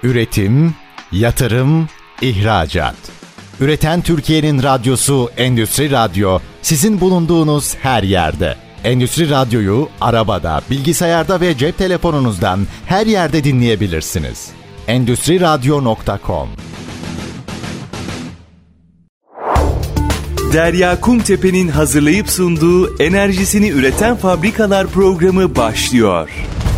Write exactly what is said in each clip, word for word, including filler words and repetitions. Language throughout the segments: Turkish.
Üretim, yatırım, ihracat. Üreten Türkiye'nin radyosu Endüstri Radyo, sizin bulunduğunuz her yerde. Endüstri Radyo'yu arabada, bilgisayarda ve cep telefonunuzdan her yerde dinleyebilirsiniz. endüstri radyo nokta com. Derya Kumtepe'nin hazırlayıp sunduğu Enerjisini Üreten Fabrikalar programı başlıyor.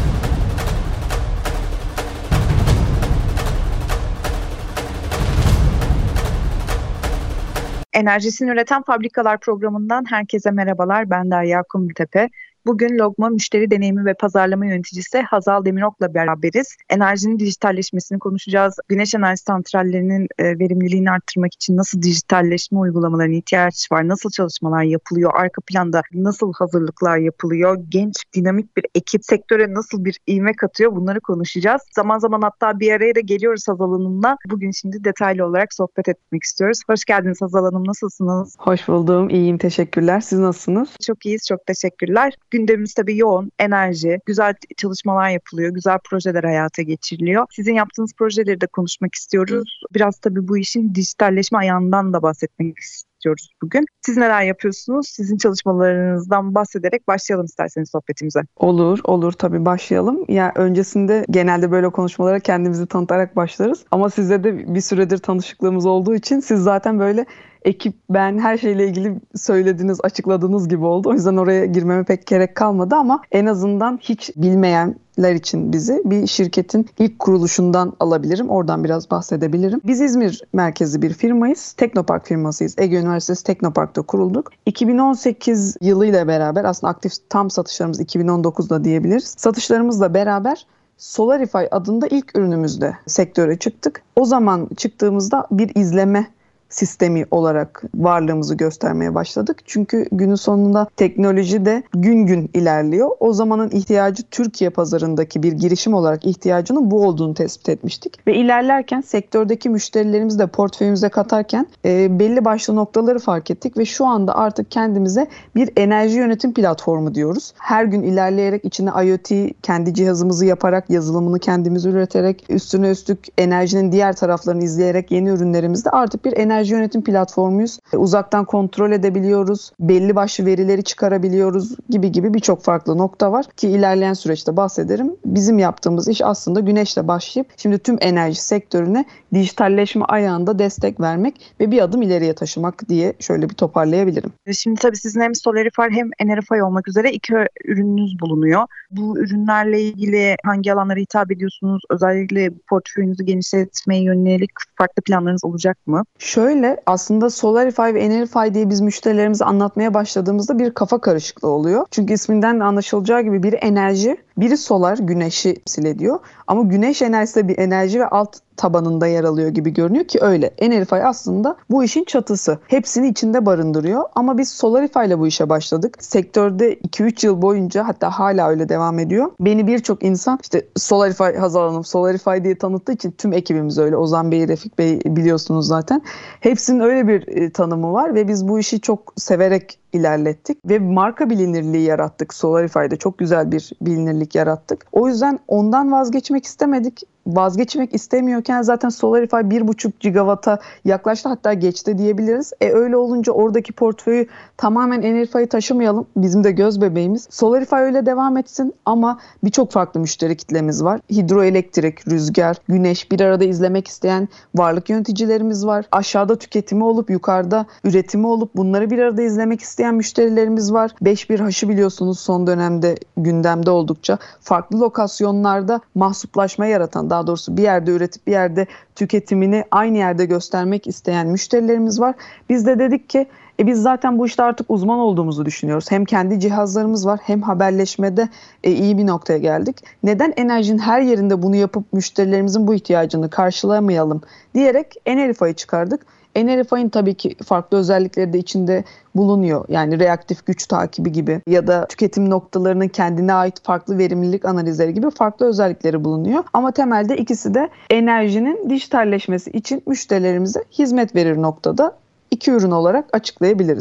Enerjisini Üreten Fabrikalar programından herkese merhabalar. Ben Derya Kumtepe. Bugün Logma Müşteri Deneyimi ve Pazarlama Yöneticisi Hazal Demirok'la beraberiz. Enerjinin dijitalleşmesini konuşacağız. Güneş enerji santrallerinin verimliliğini arttırmak için nasıl dijitalleşme uygulamalarına ihtiyaç var? Nasıl çalışmalar yapılıyor? Arka planda nasıl hazırlıklar yapılıyor? Genç, dinamik bir ekip sektöre nasıl bir ivme katıyor? Bunları konuşacağız. Zaman zaman hatta bir araya da geliyoruz Hazal Hanım'la. Bugün şimdi detaylı olarak sohbet etmek istiyoruz. Hoş geldiniz Hazal Hanım. Nasılsınız? Hoş buldum. İyiyim. Teşekkürler. Siz nasılsınız? Çok iyiyiz. Çok teşekkürler. Gündemimiz tabii yoğun, enerji, güzel çalışmalar yapılıyor, güzel projeler hayata geçiriliyor. Sizin yaptığınız projeleri de konuşmak istiyoruz. Biraz tabii bu işin dijitalleşme ayağından da bahsetmek istiyoruz bugün. Siz neler yapıyorsunuz? Sizin çalışmalarınızdan bahsederek başlayalım isterseniz sohbetimize. Olur, olur tabii başlayalım. Ya öncesinde genelde böyle konuşmalara kendimizi tanıtarak başlarız. Ama sizle de bir süredir tanışıklığımız olduğu için siz zaten böyle ekip, ben her şeyle ilgili söylediğiniz, açıkladığınız gibi oldu. O yüzden oraya girmeme pek gerek kalmadı ama en azından hiç bilmeyenler için bizi bir şirketin ilk kuruluşundan alabilirim. Oradan biraz bahsedebilirim. Biz İzmir merkezli bir firmayız. Teknopark firmasıyız. Ege Üniversitesi Teknopark'ta kurulduk. iki bin on sekiz yılıyla beraber aslında aktif tam satışlarımız iki bin on dokuzda diyebiliriz. Satışlarımızla beraber Solarify adında ilk ürünümüzde sektöre çıktık. O zaman çıktığımızda bir izleme sistemi olarak varlığımızı göstermeye başladık. Çünkü günün sonunda teknoloji de gün gün ilerliyor. O zamanın ihtiyacı Türkiye pazarındaki bir girişim olarak ihtiyacının bu olduğunu tespit etmiştik. Ve ilerlerken sektördeki müşterilerimizi de portföyümüze katarken e, belli başlı noktaları fark ettik ve şu anda artık kendimize bir enerji yönetim platformu diyoruz. Her gün ilerleyerek içine IoT kendi cihazımızı yaparak, yazılımını kendimiz üreterek, üstüne üstlük enerjinin diğer taraflarını izleyerek yeni ürünlerimizde artık bir enerji Enerji yönetim platformuyuz. Uzaktan kontrol edebiliyoruz, belli başlı verileri çıkarabiliyoruz gibi gibi birçok farklı nokta var ki ilerleyen süreçte bahsederim. Bizim yaptığımız iş aslında güneşle başlayıp şimdi tüm enerji sektörüne dijitalleşme ayağında destek vermek ve bir adım ileriye taşımak diye şöyle bir toparlayabilirim. Şimdi tabii sizin hem Solarify hem Enerify olmak üzere iki ürününüz bulunuyor. Bu ürünlerle ilgili hangi alanlara hitap ediyorsunuz? Özellikle portföyünüzü genişletmeye yönelik farklı planlarınız olacak mı? Şöyle aslında Solarify ve Enerify diye biz müşterilerimize anlatmaya başladığımızda bir kafa karışıklığı oluyor. Çünkü isminden de anlaşılacağı gibi biri enerji, biri solar, güneşi temsil ediyor. Ama güneş enerjisi de bir enerji ve alt tabanında yer alıyor gibi görünüyor ki öyle. Enerify aslında bu işin çatısı. Hepsini içinde barındırıyor ama biz Solarify ile bu işe başladık. Sektörde iki üç yıl boyunca hatta hala öyle devam ediyor. Beni birçok insan işte Solarify Hazal Hanım, Solarify diye tanıttığı için tüm ekibimiz öyle. Ozan Bey, Refik Bey biliyorsunuz zaten. Hepsinin öyle bir e, tanımı var ve biz bu işi çok severek ilerlettik ve marka bilinirliği yarattık. Solarify'da çok güzel bir bilinirlik yarattık. O yüzden ondan vazgeçmek istemedik. Vazgeçmek istemiyorken zaten Solarify bir buçuk gigawata yaklaştı, hatta geçti diyebiliriz. E öyle olunca oradaki portföyü tamamen Enerify'ı taşımayalım. Bizim de göz bebeğimiz. Solarify öyle devam etsin ama birçok farklı müşteri kitlemiz var. Hidroelektrik, rüzgar, güneş bir arada izlemek isteyen varlık yöneticilerimiz var. Aşağıda tüketimi olup yukarıda üretimi olup bunları bir arada izlemek isteyen müşterilerimiz var. beş bir H'ı biliyorsunuz son dönemde gündemde oldukça. Farklı lokasyonlarda mahsuplaşma yaratan, daha doğrusu bir yerde üretip bir yerde tüketimini aynı yerde göstermek isteyen müşterilerimiz var. Biz de dedik ki e biz zaten bu işte artık uzman olduğumuzu düşünüyoruz. Hem kendi cihazlarımız var hem haberleşmede e, iyi bir noktaya geldik. Neden enerjinin her yerinde bunu yapıp müşterilerimizin bu ihtiyacını karşılamayalım diyerek Enerify'ı çıkardık. Enerify'ın tabii ki farklı özellikleri de içinde bulunuyor. Yani reaktif güç takibi gibi ya da tüketim noktalarının kendine ait farklı verimlilik analizleri gibi farklı özellikleri bulunuyor. Ama temelde ikisi de enerjinin dijitalleşmesi için müşterilerimize hizmet verir noktada iki ürün olarak açıklayabiliriz.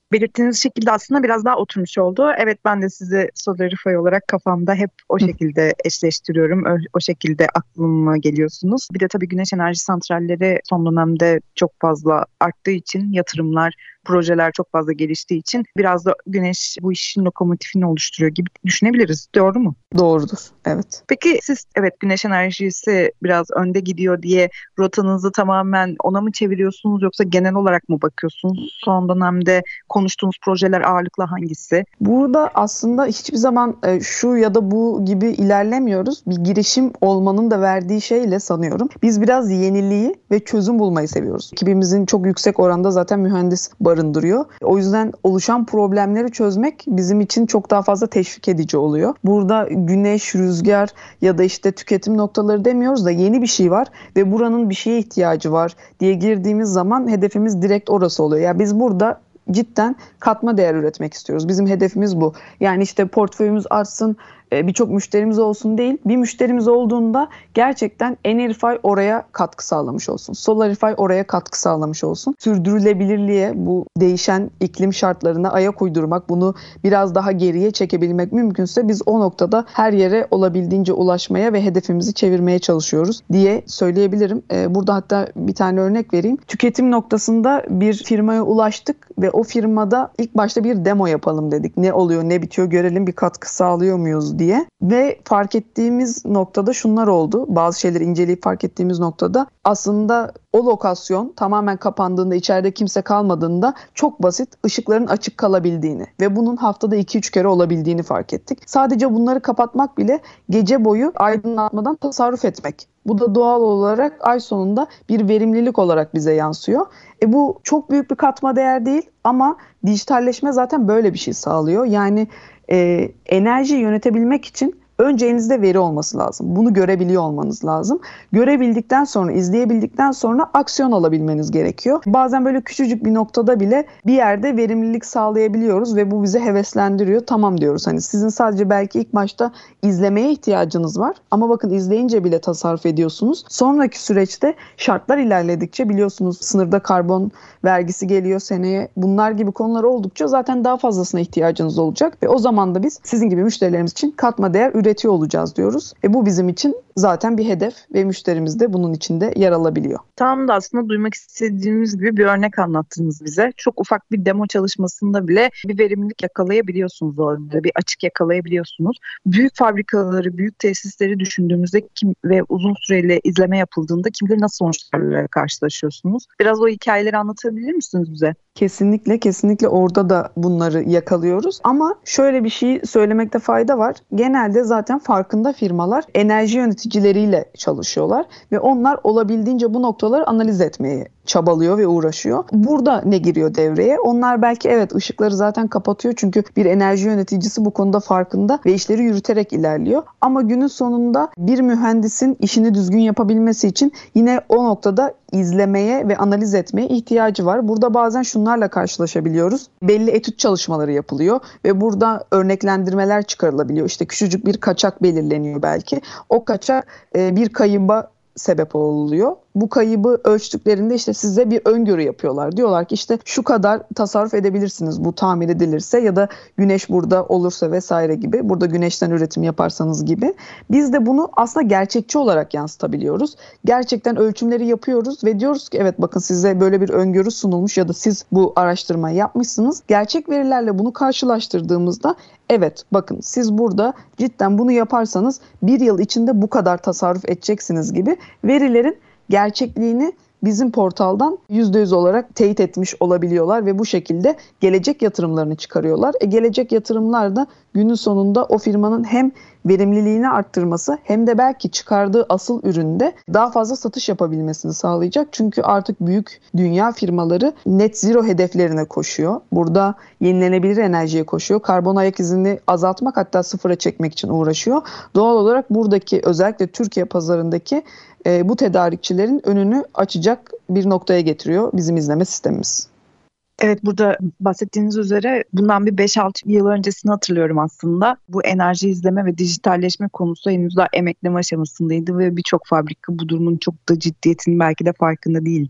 Belirttiğiniz şekilde aslında biraz daha oturmuş oldu. Evet, ben de sizi Solarify olarak kafamda hep o şekilde eşleştiriyorum. O, o şekilde aklıma geliyorsunuz. Bir de tabii güneş enerji santralleri son dönemde çok fazla arttığı için yatırımlar, projeler çok fazla geliştiği için biraz da güneş bu işin lokomotifini oluşturuyor gibi düşünebiliriz. Doğru mu? Doğrudur, evet. Peki siz evet güneş enerjisi biraz önde gidiyor diye rotanızı tamamen ona mı çeviriyorsunuz yoksa genel olarak mı bakıyorsunuz? Son dönemde konuştuğunuz projeler ağırlıklı hangisi? Burada aslında hiçbir zaman e, şu ya da bu gibi ilerlemiyoruz. Bir girişim olmanın da verdiği şeyle sanıyorum. Biz biraz yeniliği ve çözüm bulmayı seviyoruz. Ekibimizin çok yüksek oranda zaten mühendis barındırıyor. O yüzden oluşan problemleri çözmek bizim için çok daha fazla teşvik edici oluyor. Burada güneş, rüzgar ya da işte tüketim noktaları demiyoruz da yeni bir şey var ve buranın bir şeye ihtiyacı var diye girdiğimiz zaman hedefimiz direkt orası oluyor. Yani biz burada cidden katma değer üretmek istiyoruz. Bizim hedefimiz bu. Yani işte portföyümüz artsın, birçok müşterimiz olsun değil. Bir müşterimiz olduğunda gerçekten Enerify oraya katkı sağlamış olsun. Solarify oraya katkı sağlamış olsun. Sürdürülebilirliğe, bu değişen iklim şartlarına ayak uydurmak, bunu biraz daha geriye çekebilmek mümkünse biz o noktada her yere olabildiğince ulaşmaya ve hedefimizi çevirmeye çalışıyoruz diye söyleyebilirim. Burada hatta bir tane örnek vereyim. Tüketim noktasında bir firmaya ulaştık ve o firmada ilk başta bir demo yapalım dedik. Ne oluyor, ne bitiyor görelim, bir katkı sağlıyor muyuz diye. Ve fark ettiğimiz noktada şunlar oldu. Bazı şeyleri inceleyip fark ettiğimiz noktada aslında o lokasyon tamamen kapandığında, içeride kimse kalmadığında çok basit ışıkların açık kalabildiğini ve bunun haftada iki üç kere olabildiğini fark ettik. Sadece bunları kapatmak bile gece boyu aydınlatmadan tasarruf etmek. Bu da doğal olarak ay sonunda bir verimlilik olarak bize yansıyor. E bu çok büyük bir katma değer değil ama dijitalleşme zaten böyle bir şey sağlıyor. Yani e, enerjiyi yönetebilmek için önce elinizde veri olması lazım. Bunu görebiliyor olmanız lazım. Görebildikten sonra, izleyebildikten sonra aksiyon alabilmeniz gerekiyor. Bazen böyle küçücük bir noktada bile bir yerde verimlilik sağlayabiliyoruz ve bu bizi heveslendiriyor. Tamam diyoruz. Hani sizin sadece belki ilk başta izlemeye ihtiyacınız var. Ama bakın izleyince bile tasarruf ediyorsunuz. Sonraki süreçte şartlar ilerledikçe biliyorsunuz sınırda karbon vergisi geliyor seneye. Bunlar gibi konular oldukça zaten daha fazlasına ihtiyacınız olacak. Ve o zaman da biz sizin gibi müşterilerimiz için katma değer üretiyor olacağız diyoruz. E bu bizim için zaten bir hedef ve müşterimiz de bunun içinde yer alabiliyor. Tam da aslında duymak istediğimiz gibi bir örnek anlattınız bize. Çok ufak bir demo çalışmasında bile bir verimlilik yakalayabiliyorsunuz orada, bir açık yakalayabiliyorsunuz. Büyük fabrikaları, büyük tesisleri düşündüğümüzde kim ve uzun süreli izleme yapıldığında kim bilir nasıl sonuçlarla karşılaşıyorsunuz. Biraz o hikayeleri anlatabilir misiniz bize? Kesinlikle, kesinlikle orada da bunları yakalıyoruz. Ama şöyle bir şey söylemekte fayda var. Genelde zaten farkında firmalar enerji yöneticileriyle çalışıyorlar ve onlar olabildiğince bu noktaları analiz etmeye çabalıyor ve uğraşıyor. Burada ne giriyor devreye? Onlar belki evet ışıkları zaten kapatıyor çünkü bir enerji yöneticisi bu konuda farkında ve işleri yürüterek ilerliyor. Ama günün sonunda bir mühendisin işini düzgün yapabilmesi için yine o noktada izlemeye ve analiz etmeye ihtiyacı var. Burada bazen şunlarla karşılaşabiliyoruz. Belli etüt çalışmaları yapılıyor ve burada örneklendirmeler çıkarılabiliyor. İşte küçücük bir kaçak belirleniyor belki. O kaçak e, bir kayıba sebep oluyor. Bu kaybı ölçtüklerinde işte size bir öngörü yapıyorlar. Diyorlar ki işte şu kadar tasarruf edebilirsiniz bu tamir edilirse ya da güneş burada olursa vesaire gibi. Burada güneşten üretim yaparsanız gibi. Biz de bunu aslında gerçekçi olarak yansıtabiliyoruz. Gerçekten ölçümleri yapıyoruz ve diyoruz ki evet bakın size böyle bir öngörü sunulmuş ya da siz bu araştırmayı yapmışsınız. Gerçek verilerle bunu karşılaştırdığımızda evet bakın siz burada cidden bunu yaparsanız bir yıl içinde bu kadar tasarruf edeceksiniz gibi verilerin gerçekliğini bizim portaldan yüzde yüz olarak teyit etmiş olabiliyorlar ve bu şekilde gelecek yatırımlarını çıkarıyorlar. E gelecek yatırımlar da günün sonunda o firmanın hem verimliliğini arttırması hem de belki çıkardığı asıl üründe daha fazla satış yapabilmesini sağlayacak. Çünkü artık büyük dünya firmaları net zero hedeflerine koşuyor. Burada yenilenebilir enerjiye koşuyor. Karbon ayak izini azaltmak hatta sıfıra çekmek için uğraşıyor. Doğal olarak buradaki özellikle Türkiye pazarındaki e, bu tedarikçilerin önünü açacak bir noktaya getiriyor bizim izleme sistemimiz. Evet, burada bahsettiğiniz üzere bundan bir beş altı yıl öncesini hatırlıyorum aslında. Bu enerji izleme ve dijitalleşme konusu henüz daha emekleme aşamasındaydı ve birçok fabrika bu durumun çok da ciddiyetinin belki de farkında değildi.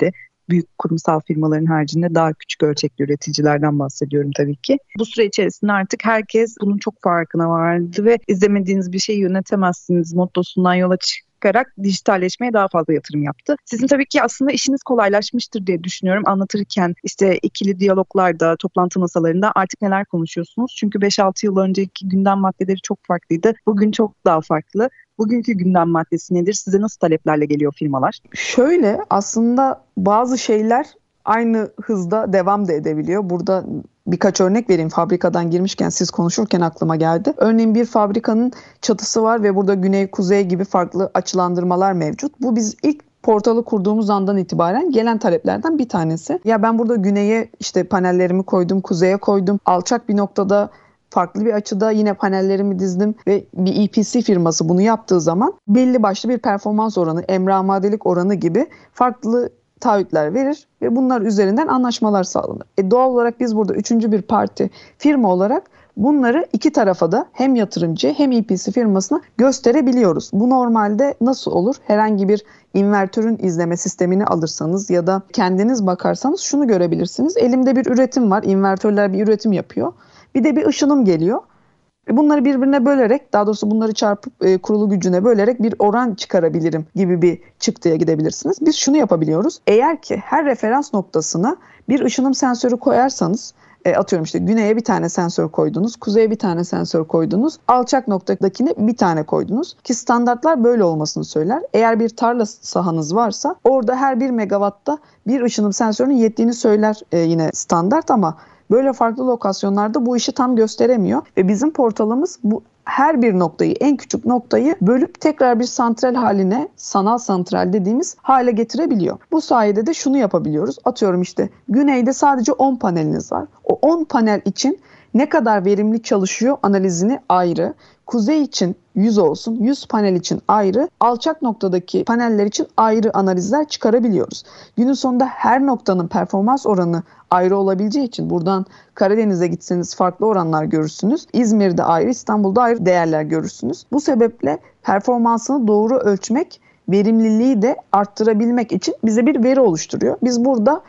büyük kurumsal firmaların haricinde daha küçük ölçekli üreticilerden bahsediyorum tabii ki. Bu süre içerisinde artık herkes bunun çok farkına vardı ve izlemediğiniz bir şeyi yönetemezsiniz mottosundan yola çıkarak dijitalleşmeye daha fazla yatırım yaptı. Sizin tabii ki aslında işiniz kolaylaşmıştır diye düşünüyorum. Anlatırken işte ikili diyaloglarda, toplantı masalarında artık neler konuşuyorsunuz? Çünkü beş altı yıl önceki gündem maddeleri çok farklıydı. Bugün çok daha farklı. Bugünkü gündem maddesi nedir? Size nasıl taleplerle geliyor firmalar? Şöyle, aslında bazı şeyler aynı hızda devam da edebiliyor. Burada birkaç örnek vereyim. Fabrikadan girmişken, siz konuşurken aklıma geldi. Örneğin bir fabrikanın çatısı var ve burada güney kuzey gibi farklı açılandırmalar mevcut. Bu biz ilk portalı kurduğumuz andan itibaren gelen taleplerden bir tanesi. Ya ben burada güneye işte panellerimi koydum, kuzeye koydum. Alçak bir noktada farklı bir açıda yine panellerimi dizdim ve bir E P C firması bunu yaptığı zaman belli başlı bir performans oranı, emre amadelik oranı gibi farklı taahhütler verir ve bunlar üzerinden anlaşmalar sağlanır. E doğal olarak biz burada üçüncü bir parti firma olarak bunları iki tarafa da hem yatırımcı hem E P C firmasına gösterebiliyoruz. Bu normalde nasıl olur? Herhangi bir invertörün izleme sistemini alırsanız ya da kendiniz bakarsanız şunu görebilirsiniz. Elimde bir üretim var. İnvertörler bir üretim yapıyor. Bir de bir ışınım geliyor. Bunları birbirine bölerek, daha doğrusu bunları çarpıp e, kurulu gücüne bölerek bir oran çıkarabilirim gibi bir çıktıya gidebilirsiniz. Biz şunu yapabiliyoruz. Eğer ki her referans noktasına bir ışınım sensörü koyarsanız, e, atıyorum işte güneye bir tane sensör koydunuz, kuzeye bir tane sensör koydunuz, alçak noktadakine bir tane koydunuz. Ki standartlar böyle olmasını söyler. Eğer bir tarla sahanız varsa orada her bir megawatta bir ışınım sensörünün yettiğini söyler e, yine standart, ama böyle farklı lokasyonlarda bu işi tam gösteremiyor ve bizim portalımız bu her bir noktayı, en küçük noktayı bölüp tekrar bir santral haline, sanal santral dediğimiz hale getirebiliyor. Bu sayede de şunu yapabiliyoruz. Atıyorum işte güneyde sadece on paneliniz var. O on panel için ne kadar verimli çalışıyor analizini ayrı. Kuzey için yüz olsun, yüz panel için ayrı, alçak noktadaki paneller için ayrı analizler çıkarabiliyoruz. Günün sonunda her noktanın performans oranı ayrı olabileceği için buradan Karadeniz'e gitseniz farklı oranlar görürsünüz. İzmir'de ayrı, İstanbul'da ayrı değerler görürsünüz. Bu sebeple performansını doğru ölçmek, verimliliği de arttırabilmek için bize bir veri oluşturuyor. Biz burada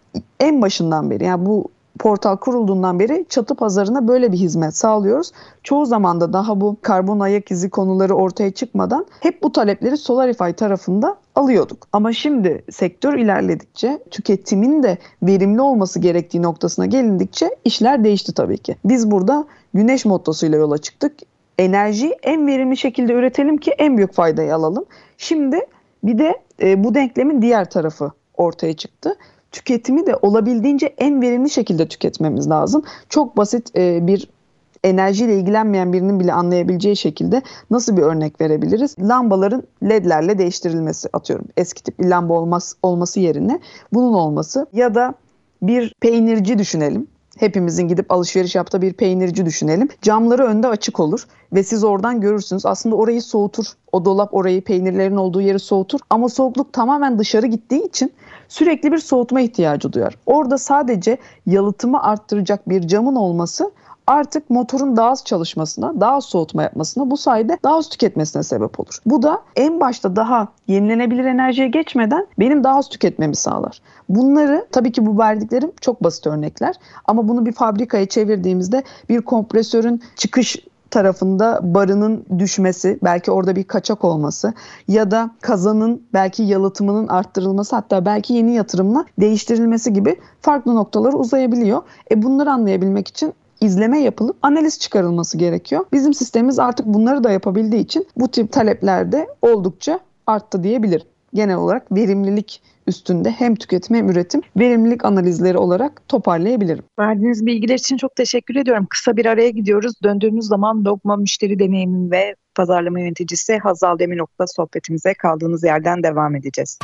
en başından beri, yani bu portal kurulduğundan beri çatı pazarına böyle bir hizmet sağlıyoruz. Çoğu zaman da daha bu karbon ayak izi konuları ortaya çıkmadan hep bu talepleri Solarify tarafında alıyorduk. Ama şimdi sektör ilerledikçe, tüketimin de verimli olması gerektiği noktasına gelindikçe işler değişti tabii ki. Biz burada güneş mottosuyla yola çıktık. Enerjiyi en verimli şekilde üretelim ki en büyük faydayı alalım. Şimdi bir de e, bu denklemin diğer tarafı ortaya çıktı. Tüketimi de olabildiğince en verimli şekilde tüketmemiz lazım. Çok basit e, bir enerjiyle ilgilenmeyen birinin bile anlayabileceği şekilde nasıl bir örnek verebiliriz? Lambaların ledlerle değiştirilmesi, atıyorum. Eski tip bir lamba olmaz, olması yerine bunun olması, ya da bir peynirci düşünelim. Hepimizin gidip alışveriş yaptığı bir peynirci düşünelim. Camları önde açık olur ve siz oradan görürsünüz. Aslında orayı soğutur. O dolap orayı, peynirlerin olduğu yeri soğutur. Ama soğukluk tamamen dışarı gittiği için sürekli bir soğutma ihtiyacı duyar. Orada sadece yalıtımı arttıracak bir camın olması artık motorun daha az çalışmasına, daha az soğutma yapmasına, bu sayede daha az tüketmesine sebep olur. Bu da en başta daha yenilenebilir enerjiye geçmeden benim daha az tüketmemi sağlar. Bunları, tabii ki bu verdiklerim çok basit örnekler, ama bunu bir fabrikaya çevirdiğimizde bir kompresörün çıkış tarafında barının düşmesi, belki orada bir kaçak olması ya da kazanın belki yalıtımının arttırılması, hatta belki yeni yatırımla değiştirilmesi gibi farklı noktalara uzayabiliyor. E bunları anlayabilmek için izleme yapılıp analiz çıkarılması gerekiyor. Bizim sistemimiz artık bunları da yapabildiği için bu tip talepler de oldukça arttı diyebilirim. Genel olarak verimlilik üstünde hem tüketim hem üretim verimlilik analizleri olarak toparlayabilirim. Verdiğiniz bilgiler için çok teşekkür ediyorum. Kısa bir araya gidiyoruz. Döndüğümüz zaman Logma müşteri deneyimi ve pazarlama yöneticisi Hazal Demirok'la sohbetimize kaldığımız yerden devam edeceğiz.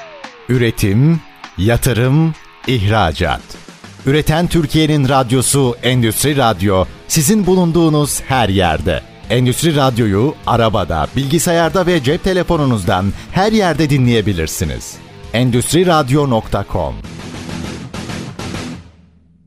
Üretim, yatırım, ihracat. Üreten Türkiye'nin radyosu Endüstri Radyo, sizin bulunduğunuz her yerde. Endüstri Radyo'yu arabada, bilgisayarda ve cep telefonunuzdan her yerde dinleyebilirsiniz. endüstri radyo nokta com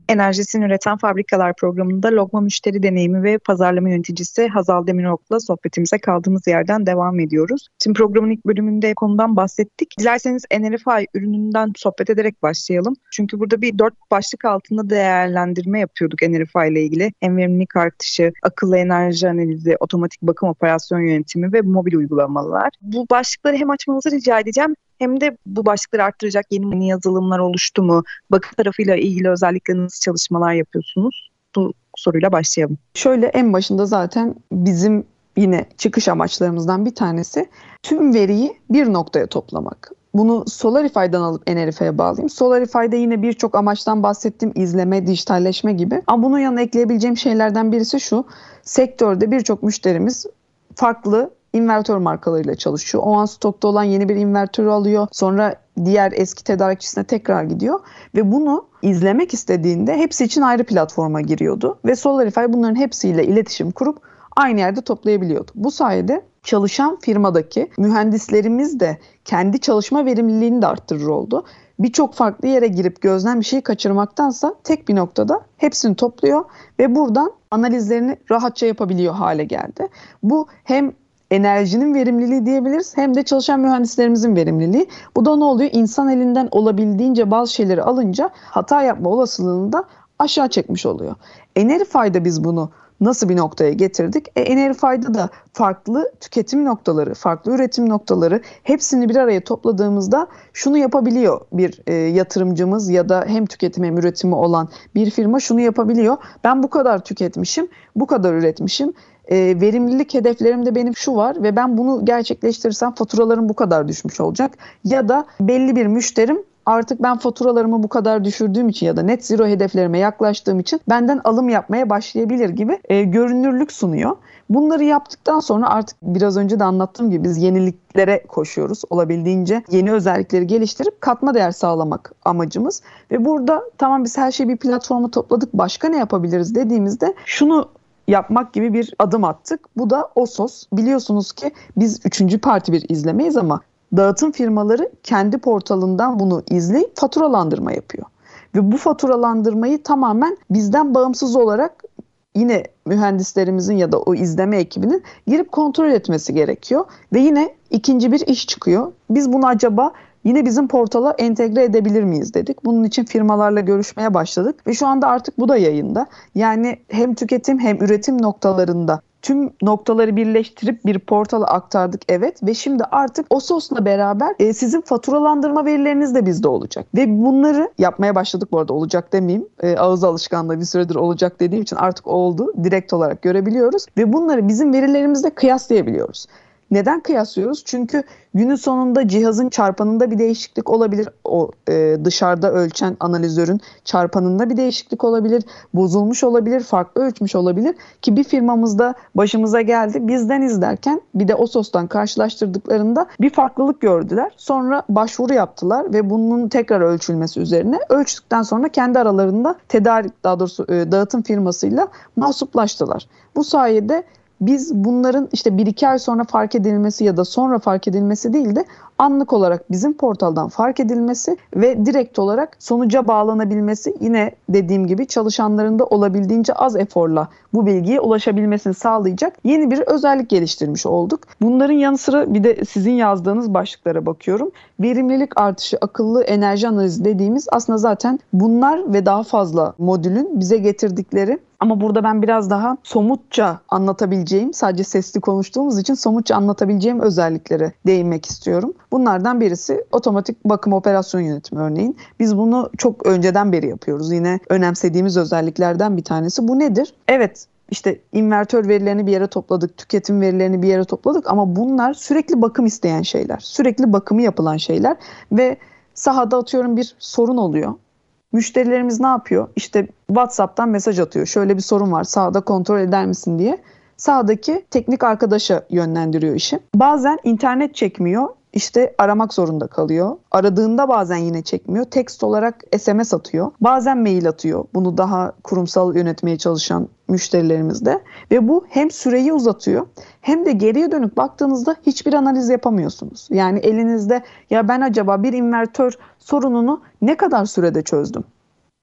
Enerjisini Üreten Fabrikalar programında Logma Müşteri Deneyimi ve Pazarlama Yöneticisi Hazal Demirok'la sohbetimize kaldığımız yerden devam ediyoruz. Şimdi programın ilk bölümünde konudan bahsettik. Dilerseniz N R F I ürününden sohbet ederek başlayalım. Çünkü burada bir dört başlık altında değerlendirme yapıyorduk N R F I ile ilgili. Hem verimlilik artışı, akıllı enerji analizi, otomatik bakım operasyon yönetimi ve mobil uygulamalar. Bu başlıkları hem açmanızı rica edeceğim hem de bu başlıkları arttıracak yeni yeni yazılımlar oluştu mu? Bakım tarafıyla ilgili özellikle nasıl çalışmalar yapıyorsunuz? Bu soruyla başlayalım. Şöyle en başında zaten bizim yine çıkış amaçlarımızdan bir tanesi tüm veriyi bir noktaya toplamak. Bunu Solarify'dan alıp N R F I'ye bağlayayım. Solarify'da yine birçok amaçtan bahsettim. İzleme, dijitalleşme gibi. Ama bunun yanına ekleyebileceğim şeylerden birisi şu. Sektörde birçok müşterimiz farklı invertör markalarıyla çalışıyor. O an stokta olan yeni bir invertörü alıyor. Sonra diğer eski tedarikçisine tekrar gidiyor. Ve bunu izlemek istediğinde hepsi için ayrı platforma giriyordu. Ve Solarify bunların hepsiyle iletişim kurup aynı yerde toplayabiliyordu. Bu sayede çalışan firmadaki mühendislerimiz de kendi çalışma verimliliğini de arttırır oldu. Birçok farklı yere girip gözden bir şeyi kaçırmaktansa tek bir noktada hepsini topluyor ve buradan analizlerini rahatça yapabiliyor hale geldi. Bu hem enerjinin verimliliği diyebiliriz hem de çalışan mühendislerimizin verimliliği. Bu da ne oluyor? İnsan elinden olabildiğince bazı şeyleri alınca hata yapma olasılığını da aşağı çekmiş oluyor. N R F I'da biz bunu nasıl bir noktaya getirdik? E, N R F I'da da farklı tüketim noktaları, farklı üretim noktaları hepsini bir araya topladığımızda şunu yapabiliyor bir e, yatırımcımız ya da hem tüketim hem üretimi olan bir firma şunu yapabiliyor. Ben bu kadar tüketmişim, bu kadar üretmişim. E, verimlilik hedeflerimde benim şu var ve ben bunu gerçekleştirirsem faturalarım bu kadar düşmüş olacak. Ya da belli bir müşterim artık ben faturalarımı bu kadar düşürdüğüm için ya da net zero hedeflerime yaklaştığım için benden alım yapmaya başlayabilir gibi e, görünürlük sunuyor. Bunları yaptıktan sonra artık biraz önce de anlattığım gibi biz yeniliklere koşuyoruz. Olabildiğince yeni özellikleri geliştirip katma değer sağlamak amacımız. Ve burada tamam biz her şeyi bir platforma topladık, başka ne yapabiliriz dediğimizde şunu yapmak gibi bir adım attık. Bu da Osos. Biliyorsunuz ki biz üçüncü parti bir izlemeyiz ama dağıtım firmaları kendi portalından bunu izleyip faturalandırma yapıyor. Ve bu faturalandırmayı tamamen bizden bağımsız olarak yine mühendislerimizin ya da o izleme ekibinin girip kontrol etmesi gerekiyor. Ve yine ikinci bir iş çıkıyor. Biz bunu acaba yine bizim portala entegre edebilir miyiz dedik. Bunun için firmalarla görüşmeye başladık ve şu anda artık bu da yayında. Yani hem tüketim hem üretim noktalarında tüm noktaları birleştirip bir portala aktardık, evet. Ve şimdi artık Osos'la beraber e, sizin faturalandırma verileriniz de bizde olacak. Ve bunları yapmaya başladık bu arada, olacak demeyeyim. E, ağız alışkanlığı bir süredir olacak dediğim için artık oldu. Direkt olarak görebiliyoruz. Ve bunları bizim verilerimizle kıyaslayabiliyoruz. Neden kıyaslıyoruz? Çünkü günün sonunda cihazın çarpanında bir değişiklik olabilir. O e, dışarıda ölçen analizörün çarpanında bir değişiklik olabilir. Bozulmuş olabilir, farklı ölçmüş olabilir. Ki bir firmamızda başımıza geldi. Bizden izlerken bir de Osos'tan karşılaştırdıklarında bir farklılık gördüler. Sonra başvuru yaptılar ve bunun tekrar ölçülmesi üzerine ölçtükten sonra kendi aralarında tedarik, daha doğrusu e, dağıtım firmasıyla mahsuplaştılar. Bu sayede biz bunların işte bir iki ay sonra fark edilmesi ya da sonra fark edilmesi değil de anlık olarak bizim portaldan fark edilmesi ve direkt olarak sonuca bağlanabilmesi, yine dediğim gibi çalışanların da olabildiğince az eforla bu bilgiye ulaşabilmesini sağlayacak yeni bir özellik geliştirmiş olduk. Bunların yanı sıra bir de sizin yazdığınız başlıklara bakıyorum. Verimlilik artışı, akıllı enerji analizi dediğimiz aslında zaten bunlar ve daha fazla modülün bize getirdikleri, ama burada ben biraz daha somutça anlatabileceğim, sadece sesli konuştuğumuz için somutça anlatabileceğim özelliklere değinmek istiyorum. Bunlardan birisi otomatik bakım operasyon yönetimi örneğin. Biz bunu çok önceden beri yapıyoruz. Yine önemsediğimiz özelliklerden bir tanesi. Bu nedir? Evet, işte invertör verilerini bir yere topladık, tüketim verilerini bir yere topladık ama bunlar sürekli bakım isteyen şeyler. Sürekli bakımı yapılan şeyler ve sahada atıyorum bir sorun oluyor. Müşterilerimiz ne yapıyor? İşte WhatsApp'tan mesaj atıyor. Şöyle bir sorun var, sahada kontrol eder misin diye. Sahadaki teknik arkadaşa yönlendiriyor işi. Bazen internet çekmiyor. İşte aramak zorunda kalıyor. Aradığında bazen yine çekmiyor. Text olarak S M S atıyor. Bazen mail atıyor. Bunu daha kurumsal yönetmeye çalışan müşterilerimiz de. Ve bu hem süreyi uzatıyor hem de geriye dönük baktığınızda hiçbir analiz yapamıyorsunuz. Yani elinizde ya ben acaba bir invertör sorununu ne kadar sürede çözdüm?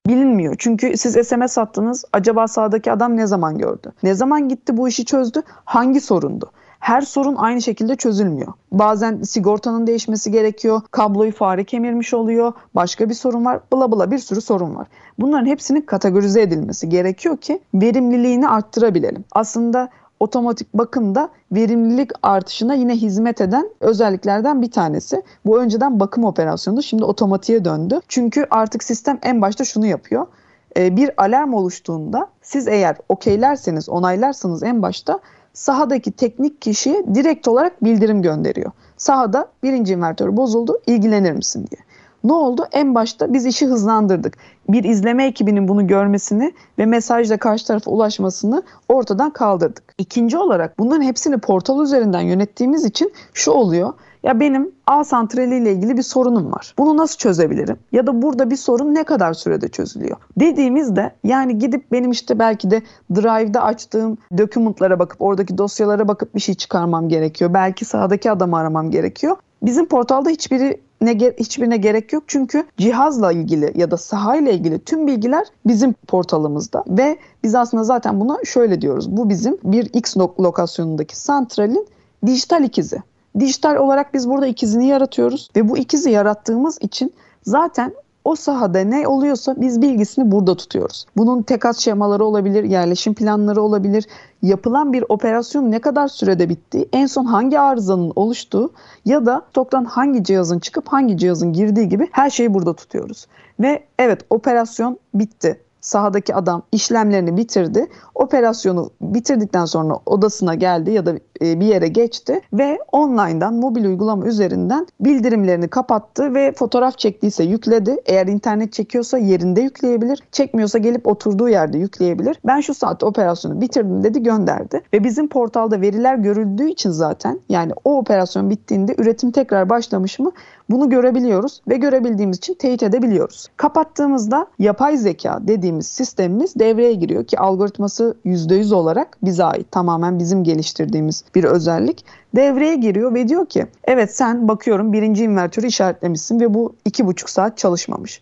bilinmiyor. Çünkü siz S M S attınız. Acaba sahadaki adam ne zaman gördü? Ne zaman gitti bu işi çözdü? Hangi sorundu? Her sorun aynı şekilde çözülmüyor. Bazen sigortanın değişmesi gerekiyor. Kabloyu fare kemirmiş oluyor. Başka bir sorun var. Bla bla bir sürü sorun var. Bunların hepsinin kategorize edilmesi gerekiyor ki verimliliğini arttırabilelim. Aslında otomatik bakım da verimlilik artışına yine hizmet eden özelliklerden bir tanesi. Bu önceden bakım operasyonu, şimdi otomatiğe döndü. Çünkü artık sistem en başta şunu yapıyor. Bir alarm oluştuğunda siz eğer okeylerseniz, onaylarsanız en başta sahadaki teknik kişiye direkt olarak bildirim gönderiyor. Sahada birinci invertör bozuldu, ilgilenir misin diye. Ne oldu? En başta biz işi hızlandırdık. Bir izleme ekibinin bunu görmesini ve mesajla karşı tarafa ulaşmasını ortadan kaldırdık. İkinci olarak bunların hepsini portal üzerinden yönettiğimiz için şu oluyor. Ya benim A santrali ile ilgili bir sorunum var. Bunu nasıl çözebilirim? Ya da burada bir sorun ne kadar sürede çözülüyor? Dediğimizde yani gidip benim işte belki de Drive'da açtığım dokümanlara bakıp oradaki dosyalara bakıp bir şey çıkarmam gerekiyor. Belki sahadaki adamı aramam gerekiyor. Bizim portalda hiçbiri ne, hiçbirine gerek yok. Çünkü cihazla ilgili ya da sahayla ilgili tüm bilgiler bizim portalımızda. Ve biz aslında zaten buna şöyle diyoruz. Bu bizim bir X lokasyonundaki santralin dijital ikizi. Dijital olarak biz burada ikizini yaratıyoruz ve bu ikizi yarattığımız için zaten o sahada ne oluyorsa biz bilgisini burada tutuyoruz. Bunun tekat şemaları olabilir, yerleşim planları olabilir, yapılan bir operasyon ne kadar sürede bittiği, en son hangi arızanın oluştuğu ya da stoktan hangi cihazın çıkıp hangi cihazın girdiği gibi her şeyi burada tutuyoruz. Ve evet, operasyon bitti. Sahadaki adam işlemlerini bitirdi. Operasyonu bitirdikten sonra odasına geldi ya da bir yere geçti ve online'dan, mobil uygulama üzerinden bildirimlerini kapattı ve fotoğraf çektiyse yükledi. Eğer internet çekiyorsa yerinde yükleyebilir. Çekmiyorsa gelip oturduğu yerde yükleyebilir. Ben şu saatte operasyonu bitirdim dedi, gönderdi. Ve bizim portalda veriler görüldüğü için zaten, yani o operasyon bittiğinde üretim tekrar başlamış mı bunu görebiliyoruz ve görebildiğimiz için teyit edebiliyoruz. Kapattığımızda yapay zeka dediğimiz sistemimiz devreye giriyor ki algoritması yüzde yüz olarak bize ait, tamamen bizim geliştirdiğimiz bir özellik. Devreye giriyor ve diyor ki evet, sen bakıyorum birinci invertörü işaretlemişsin ve bu iki buçuk saat çalışmamış.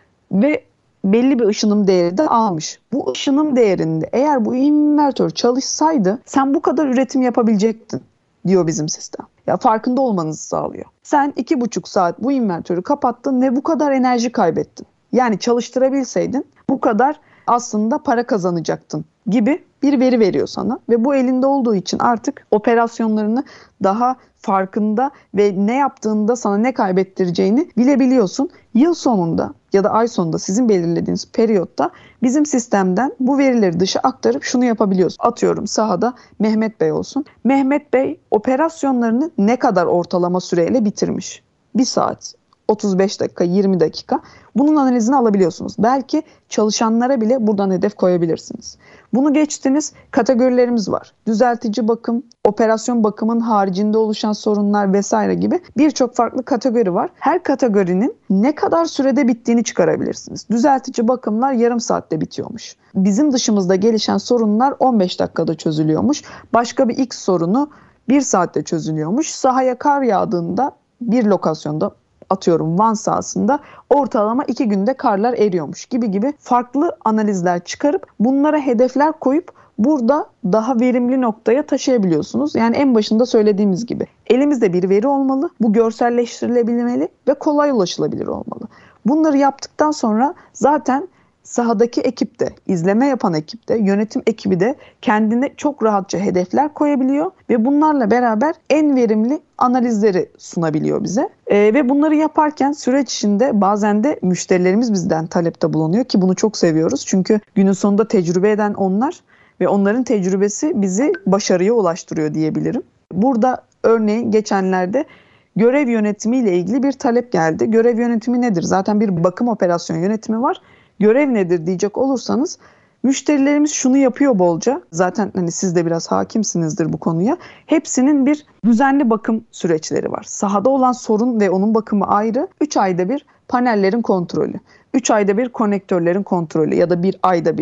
Ve belli bir ışınım değeri de almış. Bu ışınım değerinde eğer bu invertör çalışsaydı sen bu kadar üretim yapabilecektin diyor bizim sistem. Ya farkında olmanızı sağlıyor. Sen iki buçuk saat bu invertörü kapattın ve bu kadar enerji kaybettin. Yani çalıştırabilseydin bu kadar aslında para kazanacaktın gibi bir veri veriyor sana. Ve bu elinde olduğu için artık operasyonlarını daha farkında ve ne yaptığında sana ne kaybettireceğini bilebiliyorsun. Yıl sonunda ya da ay sonunda sizin belirlediğiniz periyotta bizim sistemden bu verileri dışa aktarıp şunu yapabiliyoruz. Atıyorum sahada Mehmet Bey olsun. Mehmet Bey operasyonlarını ne kadar ortalama süreyle bitirmiş? Bir saat, otuz beş dakika, yirmi dakika. Bunun analizini alabiliyorsunuz. Belki çalışanlara bile buradan hedef koyabilirsiniz. Bunu geçtiniz, kategorilerimiz var. Düzeltici bakım, operasyon bakımın haricinde oluşan sorunlar vesaire gibi birçok farklı kategori var. Her kategorinin ne kadar sürede bittiğini çıkarabilirsiniz. Düzeltici bakımlar yarım saatte bitiyormuş. Bizim dışımızda gelişen sorunlar on beş dakikada çözülüyormuş. Başka bir X sorunu bir saatte çözülüyormuş. Sahaya kar yağdığında bir lokasyonda, atıyorum Van sahasında ortalama iki günde karlar eriyormuş gibi gibi farklı analizler çıkarıp bunlara hedefler koyup burada daha verimli noktaya taşıyabiliyorsunuz. Yani en başında söylediğimiz gibi elimizde bir veri olmalı, bu görselleştirilebilmeli ve kolay ulaşılabilir olmalı. Bunları yaptıktan sonra zaten sahadaki ekip de, izleme yapan ekip de, yönetim ekibi de kendine çok rahatça hedefler koyabiliyor ve bunlarla beraber en verimli analizleri sunabiliyor bize. Ee, ve bunları yaparken süreç içinde bazen de müşterilerimiz bizden talepte bulunuyor ki bunu çok seviyoruz. Çünkü günün sonunda tecrübe eden onlar ve onların tecrübesi bizi başarıya ulaştırıyor diyebilirim. Burada örneğin geçenlerde görev yönetimi ile ilgili bir talep geldi. Görev yönetimi nedir? Zaten bir bakım operasyon yönetimi var. Görev nedir diyecek olursanız müşterilerimiz şunu yapıyor bolca. Zaten hani siz de biraz hakimsinizdir bu konuya. Hepsinin bir düzenli bakım süreçleri var. Sahada olan sorun ve onun bakımı ayrı. üç ayda bir panellerin kontrolü. üç ayda bir konektörlerin kontrolü ya da bir ayda bir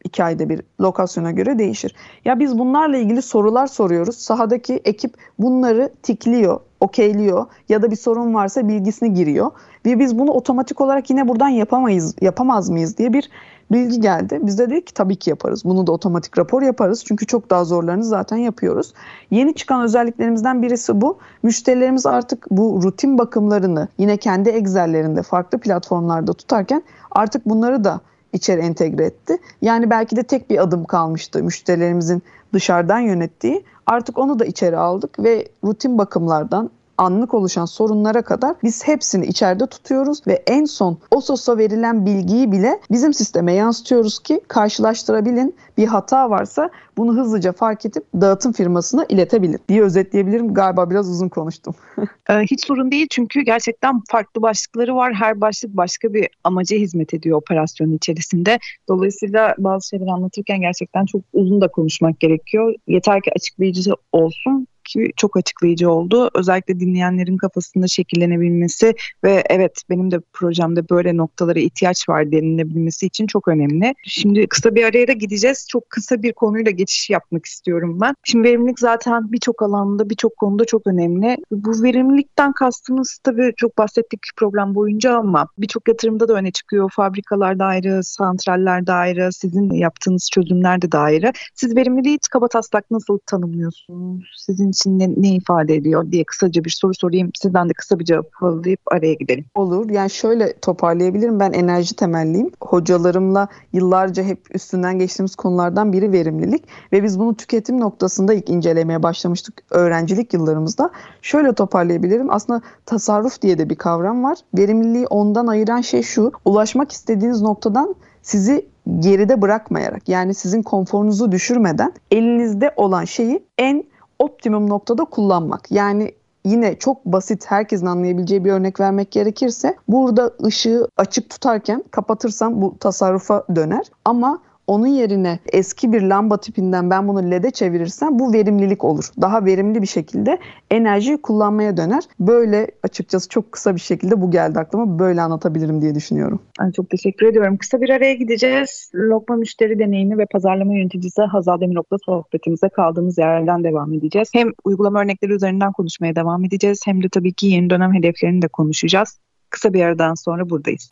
iki ayda bir, lokasyona göre değişir. Ya biz bunlarla ilgili sorular soruyoruz. Sahadaki ekip bunları tikliyor, okeyliyor ya da bir sorun varsa bilgisini giriyor. Ve biz bunu otomatik olarak yine buradan yapamayız, yapamaz mıyız diye bir bilgi geldi. Biz de dedik ki tabii ki yaparız. Bunu da otomatik rapor yaparız. Çünkü çok daha zorlarını zaten yapıyoruz. Yeni çıkan özelliklerimizden birisi bu. Müşterilerimiz artık bu rutin bakımlarını yine kendi Excel'lerinde farklı platformlarda tutarken artık bunları da içeri entegre etti. Yani belki de tek bir adım kalmıştı müşterilerimizin dışarıdan yönettiği. Artık onu da içeri aldık ve rutin bakımlardan anlık oluşan sorunlara kadar biz hepsini içeride tutuyoruz ve en son O S O S''a verilen bilgiyi bile bizim sisteme yansıtıyoruz ki karşılaştırabilin, bir hata varsa bunu hızlıca fark edip dağıtım firmasına iletebilin diye özetleyebilirim. Galiba biraz uzun konuştum. Hiç sorun değil çünkü gerçekten farklı başlıkları var. Her başlık başka bir amaca hizmet ediyor operasyonun içerisinde. Dolayısıyla bazı şeyleri anlatırken gerçekten çok uzun da konuşmak gerekiyor. Yeter ki açıklayıcı olsun ki çok açıklayıcı oldu. Özellikle dinleyenlerin kafasında şekillenebilmesi ve evet benim de projemde böyle noktalara ihtiyaç var denilebilmesi için çok önemli. Şimdi kısa bir araya da gideceğiz. Çok kısa bir konuyla geçiş yapmak istiyorum ben. Şimdi verimlilik zaten birçok alanda, birçok konuda çok önemli. Bu verimlilikten kastımız tabii çok bahsettik program boyunca ama birçok yatırımda da öne çıkıyor. Fabrikalarda ayrı, santrallerde ayrı, sizin yaptığınız çözümlerde de ayrı. Siz verimliliği kabataslak nasıl tanımlıyorsunuz? Sizin için ne, ne ifade ediyor diye kısaca bir soru sorayım. Sizden de kısa bir cevap alayım, araya gidelim. Olur. Yani şöyle toparlayabilirim. Ben enerji temelliyim. Hocalarımla yıllarca hep üstünden geçtiğimiz konulardan biri verimlilik. Ve biz bunu tüketim noktasında ilk incelemeye başlamıştık öğrencilik yıllarımızda. Şöyle toparlayabilirim. Aslında tasarruf diye de bir kavram var. Verimliliği ondan ayıran şey şu. Ulaşmak istediğiniz noktadan sizi geride bırakmayarak, yani sizin konforunuzu düşürmeden elinizde olan şeyi en optimum noktada kullanmak. Yani yine çok basit, herkesin anlayabileceği bir örnek vermek gerekirse burada ışığı açık tutarken kapatırsam bu tasarrufa döner. Ama onun yerine eski bir lamba tipinden ben bunu L E D'e çevirirsem bu verimlilik olur. Daha verimli bir şekilde enerjiyi kullanmaya döner. Böyle açıkçası çok kısa bir şekilde bu geldi aklıma. Böyle anlatabilirim diye düşünüyorum. Ay, çok teşekkür ediyorum. Kısa bir araya gideceğiz. Lokma müşteri deneyimi ve pazarlama yöneticisi Hazal Demirok'la sohbetimize kaldığımız yerden devam edeceğiz. Hem uygulama örnekleri üzerinden konuşmaya devam edeceğiz hem de tabii ki yeni dönem hedeflerini de konuşacağız. Kısa bir aradan sonra buradayız.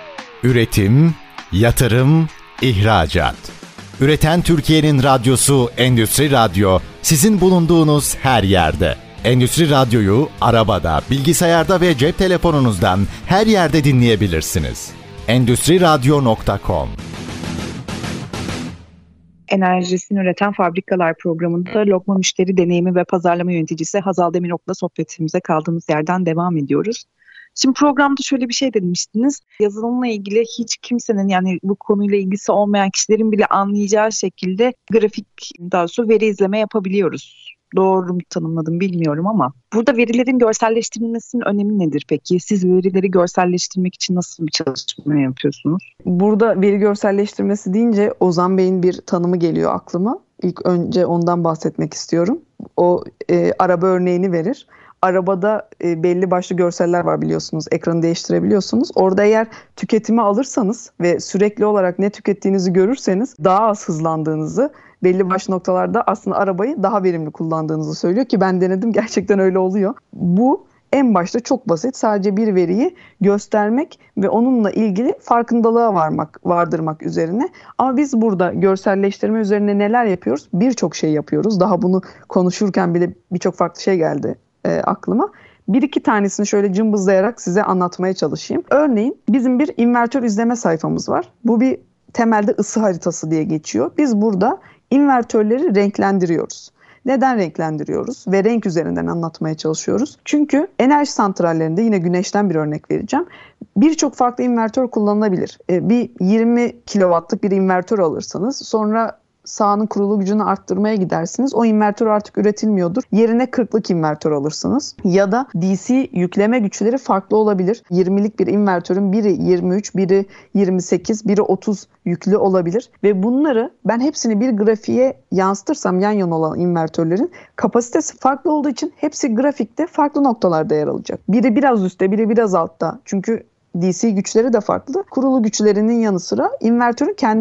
Üretim, yatırım, İhracat. Üreten Türkiye'nin radyosu Endüstri Radyo, sizin bulunduğunuz her yerde. Endüstri Radyo'yu arabada, bilgisayarda ve cep telefonunuzdan her yerde dinleyebilirsiniz. endüstri radyo nokta com. Enerjisini üreten fabrikalar programında Lokma Müşteri Deneyimi ve Pazarlama Yöneticisi Hazal Demirok'la sohbetimize kaldığımız yerden devam ediyoruz. Şimdi programda şöyle bir şey demiştiniz. Yazılımla ilgili hiç kimsenin, yani bu konuyla ilgisi olmayan kişilerin bile anlayacağı şekilde grafik, daha doğrusu veri izleme yapabiliyoruz. Doğru mu tanımladım bilmiyorum ama burada verilerin görselleştirilmesinin önemi nedir peki? Siz verileri görselleştirmek için nasıl bir çalışma yapıyorsunuz? Burada veri görselleştirmesi deyince Ozan Bey'in bir tanımı geliyor aklıma. İlk önce ondan bahsetmek istiyorum. O e, araba örneğini verir. Arabada e, belli başlı görseller var biliyorsunuz. Ekranı değiştirebiliyorsunuz. Orada eğer tüketimi alırsanız ve sürekli olarak ne tükettiğinizi görürseniz daha az hızlandığınızı, belli başlı noktalarda aslında arabayı daha verimli kullandığınızı söylüyor ki ben denedim, gerçekten öyle oluyor. Bu en başta çok basit. Sadece bir veriyi göstermek ve onunla ilgili farkındalığa varmak, vardırmak üzerine. Ama biz burada görselleştirme üzerine neler yapıyoruz? Birçok şey yapıyoruz. Daha bunu konuşurken bile birçok farklı şey geldi e, aklıma. Bir iki tanesini şöyle cımbızlayarak size anlatmaya çalışayım. Örneğin bizim bir invertör izleme sayfamız var. Bu bir temelde ısı haritası diye geçiyor. Biz burada invertörleri renklendiriyoruz. Neden renklendiriyoruz? Ve renk üzerinden anlatmaya çalışıyoruz. Çünkü enerji santrallerinde, yine güneşten bir örnek vereceğim, birçok farklı invertör kullanılabilir. Bir yirmi kilowattlık bir invertör alırsınız. Sonra sahanın kurulu gücünü arttırmaya gidersiniz. O invertör artık üretilmiyordur. Yerine kırklık invertör alırsınız. Ya da D C yükleme güçleri farklı olabilir. yirmilik bir invertörün biri yirmi üç, biri yirmi sekiz, biri otuz yüklü olabilir. Ve bunları ben hepsini bir grafiğe yansıtırsam, yan yana olan invertörlerin kapasitesi farklı olduğu için hepsi grafikte farklı noktalarda yer alacak. Biri biraz üstte, biri biraz altta. Çünkü D C güçleri de farklı. Kurulu güçlerinin yanı sıra invertörün kendi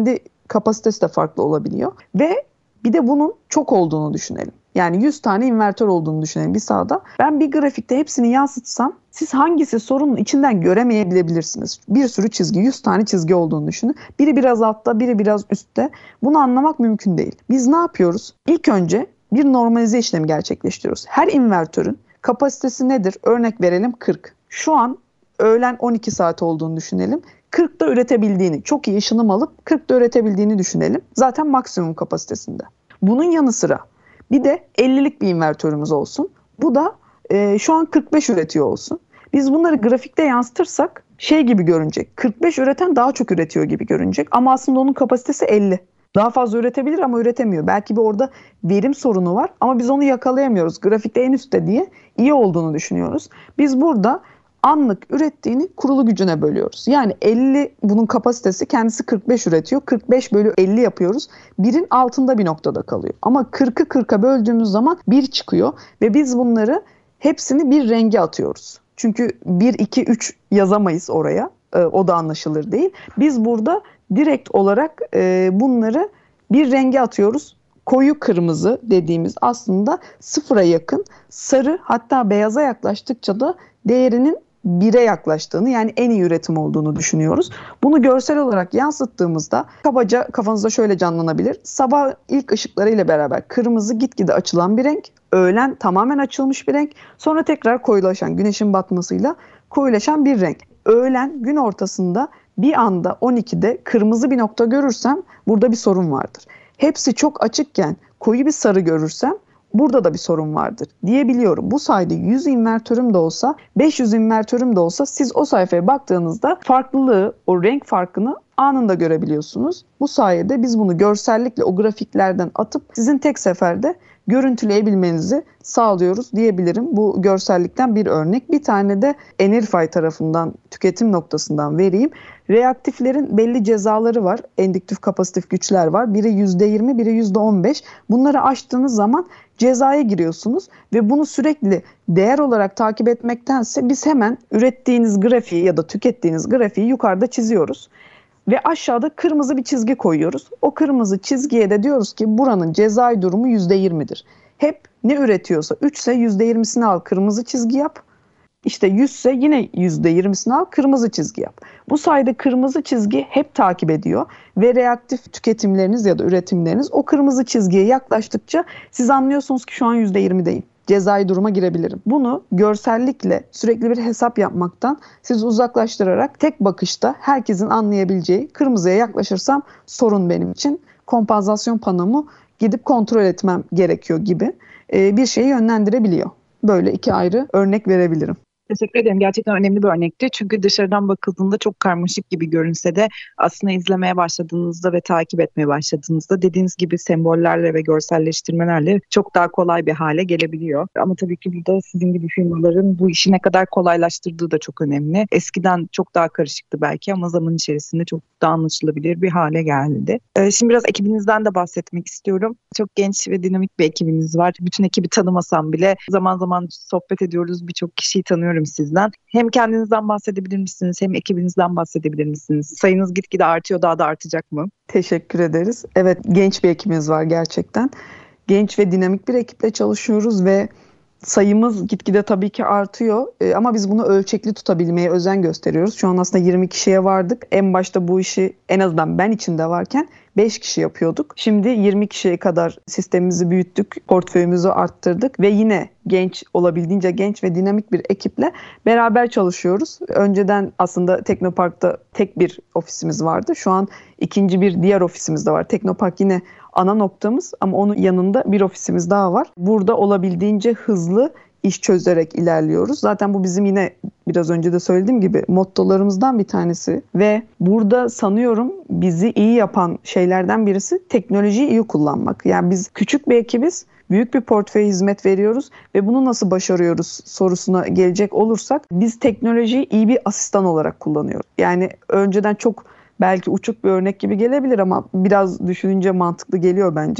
kapasitesi de farklı olabiliyor. Ve bir de bunun çok olduğunu düşünelim. Yani yüz tane invertör olduğunu düşünelim bir sahada. Ben bir grafikte hepsini yansıtsam siz hangisi sorunun içinden göremeyebilirsiniz. Bir sürü çizgi, yüz tane çizgi olduğunu düşünün. Biri biraz altta, biri biraz üstte. Bunu anlamak mümkün değil. Biz ne yapıyoruz? İlk önce bir normalize işlemi gerçekleştiriyoruz. Her invertörün kapasitesi nedir? Örnek verelim kırk. Şu an öğlen on iki saat olduğunu düşünelim. kırkta üretebildiğini, çok iyi ışınım alıp kırkta üretebildiğini düşünelim. Zaten maksimum kapasitesinde. Bunun yanı sıra bir de ellilik bir invertörümüz olsun. Bu da e, şu an kırk beş üretiyor olsun. Biz bunları grafikte yansıtırsak şey gibi görünecek. kırk beş üreten daha çok üretiyor gibi görünecek. Ama aslında onun kapasitesi elli. Daha fazla üretebilir ama üretemiyor. Belki bir orada verim sorunu var ama biz onu yakalayamıyoruz. Grafikte en üstte diye iyi olduğunu düşünüyoruz. Biz burada anlık ürettiğini kurulu gücüne bölüyoruz. Yani elli bunun kapasitesi, kendisi kırk beş üretiyor. kırk beş bölü elli yapıyoruz. birin altında bir noktada kalıyor. Ama kırkı kırka böldüğümüz zaman bir çıkıyor ve biz bunları hepsini bir renge atıyoruz. Çünkü bir, iki, üç yazamayız oraya. Ee, o da anlaşılır değil. Biz burada direkt olarak e, bunları bir renge atıyoruz. Koyu kırmızı dediğimiz aslında sıfıra yakın, sarı hatta beyaza yaklaştıkça da değerinin bire yaklaştığını, yani en iyi üretim olduğunu düşünüyoruz. Bunu görsel olarak yansıttığımızda kabaca kafanızda şöyle canlanabilir. Sabah ilk ışıklarıyla beraber kırmızı gitgide açılan bir renk, öğlen tamamen açılmış bir renk, sonra tekrar koyulaşan, güneşin batmasıyla koyulaşan bir renk. Öğlen gün ortasında bir anda on ikide kırmızı bir nokta görürsem burada bir sorun vardır. Hepsi çok açıkken koyu bir sarı görürsem burada da bir sorun vardır diyebiliyorum. Bu sayede yüz invertörüm de olsa, beş yüz invertörüm de olsa siz o sayfaya baktığınızda farklılığı, o renk farkını anında görebiliyorsunuz. Bu sayede biz bunu görsellikle o grafiklerden atıp sizin tek seferde görüntüleyebilmenizi sağlıyoruz diyebilirim. Bu görsellikten bir örnek. Bir tane de Enerify tarafından, tüketim noktasından vereyim. Reaktiflerin belli cezaları var. Endüktif kapasitif güçler var. Biri yüzde yirmi, biri yüzde on beş. Bunları aştığınız zaman cezaya giriyorsunuz ve bunu sürekli değer olarak takip etmektense biz hemen ürettiğiniz grafiği ya da tükettiğiniz grafiği yukarıda çiziyoruz. Ve aşağıda kırmızı bir çizgi koyuyoruz. O kırmızı çizgiye de diyoruz ki buranın cezai durumu yüzde yirmidir. Hep ne üretiyorsa üç ise yüzde yirmisini al, kırmızı çizgi yap. İşte yüz ise yine yüzde yirmisini al, kırmızı çizgi yap. Bu sayede kırmızı çizgi hep takip ediyor ve reaktif tüketimleriniz ya da üretimleriniz o kırmızı çizgiye yaklaştıkça siz anlıyorsunuz ki şu an yüzde yirmideyim. Cezai duruma girebilirim. Bunu görsellikle sürekli bir hesap yapmaktan sizi uzaklaştırarak tek bakışta herkesin anlayabileceği, kırmızıya yaklaşırsam sorun benim için, kompansasyon panomu gidip kontrol etmem gerekiyor gibi bir şeyi yönlendirebiliyor. Böyle iki ayrı örnek verebilirim. Teşekkür ederim. Gerçekten önemli bir örnekti. Çünkü dışarıdan bakıldığında çok karmaşık gibi görünse de aslında izlemeye başladığınızda ve takip etmeye başladığınızda dediğiniz gibi sembollerle ve görselleştirmelerle çok daha kolay bir hale gelebiliyor. Ama tabii ki burada sizin gibi firmaların bu işi ne kadar kolaylaştırdığı da çok önemli. Eskiden çok daha karışıktı belki ama zaman içerisinde çok daha anlaşılabilir bir hale geldi. Ee, şimdi biraz ekibinizden de bahsetmek istiyorum. Çok genç ve dinamik bir ekibiniz var. Bütün ekibi tanımasam bile zaman zaman sohbet ediyoruz. Birçok kişiyi tanıyorum sizden. Hem kendinizden bahsedebilir misiniz hem ekibinizden bahsedebilir misiniz? Sayınız gitgide artıyor, daha da artacak mı? Teşekkür ederiz. Evet, genç bir ekibimiz var gerçekten. Genç ve dinamik bir ekiple çalışıyoruz ve sayımız gitgide tabii ki artıyor ee, ama biz bunu ölçekli tutabilmeye özen gösteriyoruz. Şu an aslında yirmi kişiye vardık. En başta bu işi en azından ben içinde varken beş kişi yapıyorduk. Şimdi yirmi kişiye kadar sistemimizi büyüttük, portföyümüzü arttırdık ve yine genç, olabildiğince genç ve dinamik bir ekiple beraber çalışıyoruz. Önceden aslında Teknopark'ta tek bir ofisimiz vardı. Şu an ikinci bir diğer ofisimiz de var. Teknopark yine ana noktamız ama onun yanında bir ofisimiz daha var. Burada olabildiğince hızlı iş çözerek ilerliyoruz. Zaten bu bizim yine biraz önce de söylediğim gibi mottolarımızdan bir tanesi ve burada sanıyorum bizi iyi yapan şeylerden birisi teknolojiyi iyi kullanmak. Yani biz küçük bir ekibiz, büyük bir portföye hizmet veriyoruz ve bunu nasıl başarıyoruz sorusuna gelecek olursak biz teknolojiyi iyi bir asistan olarak kullanıyoruz. Yani önceden çok belki uçuk bir örnek gibi gelebilir ama biraz düşününce mantıklı geliyor bence.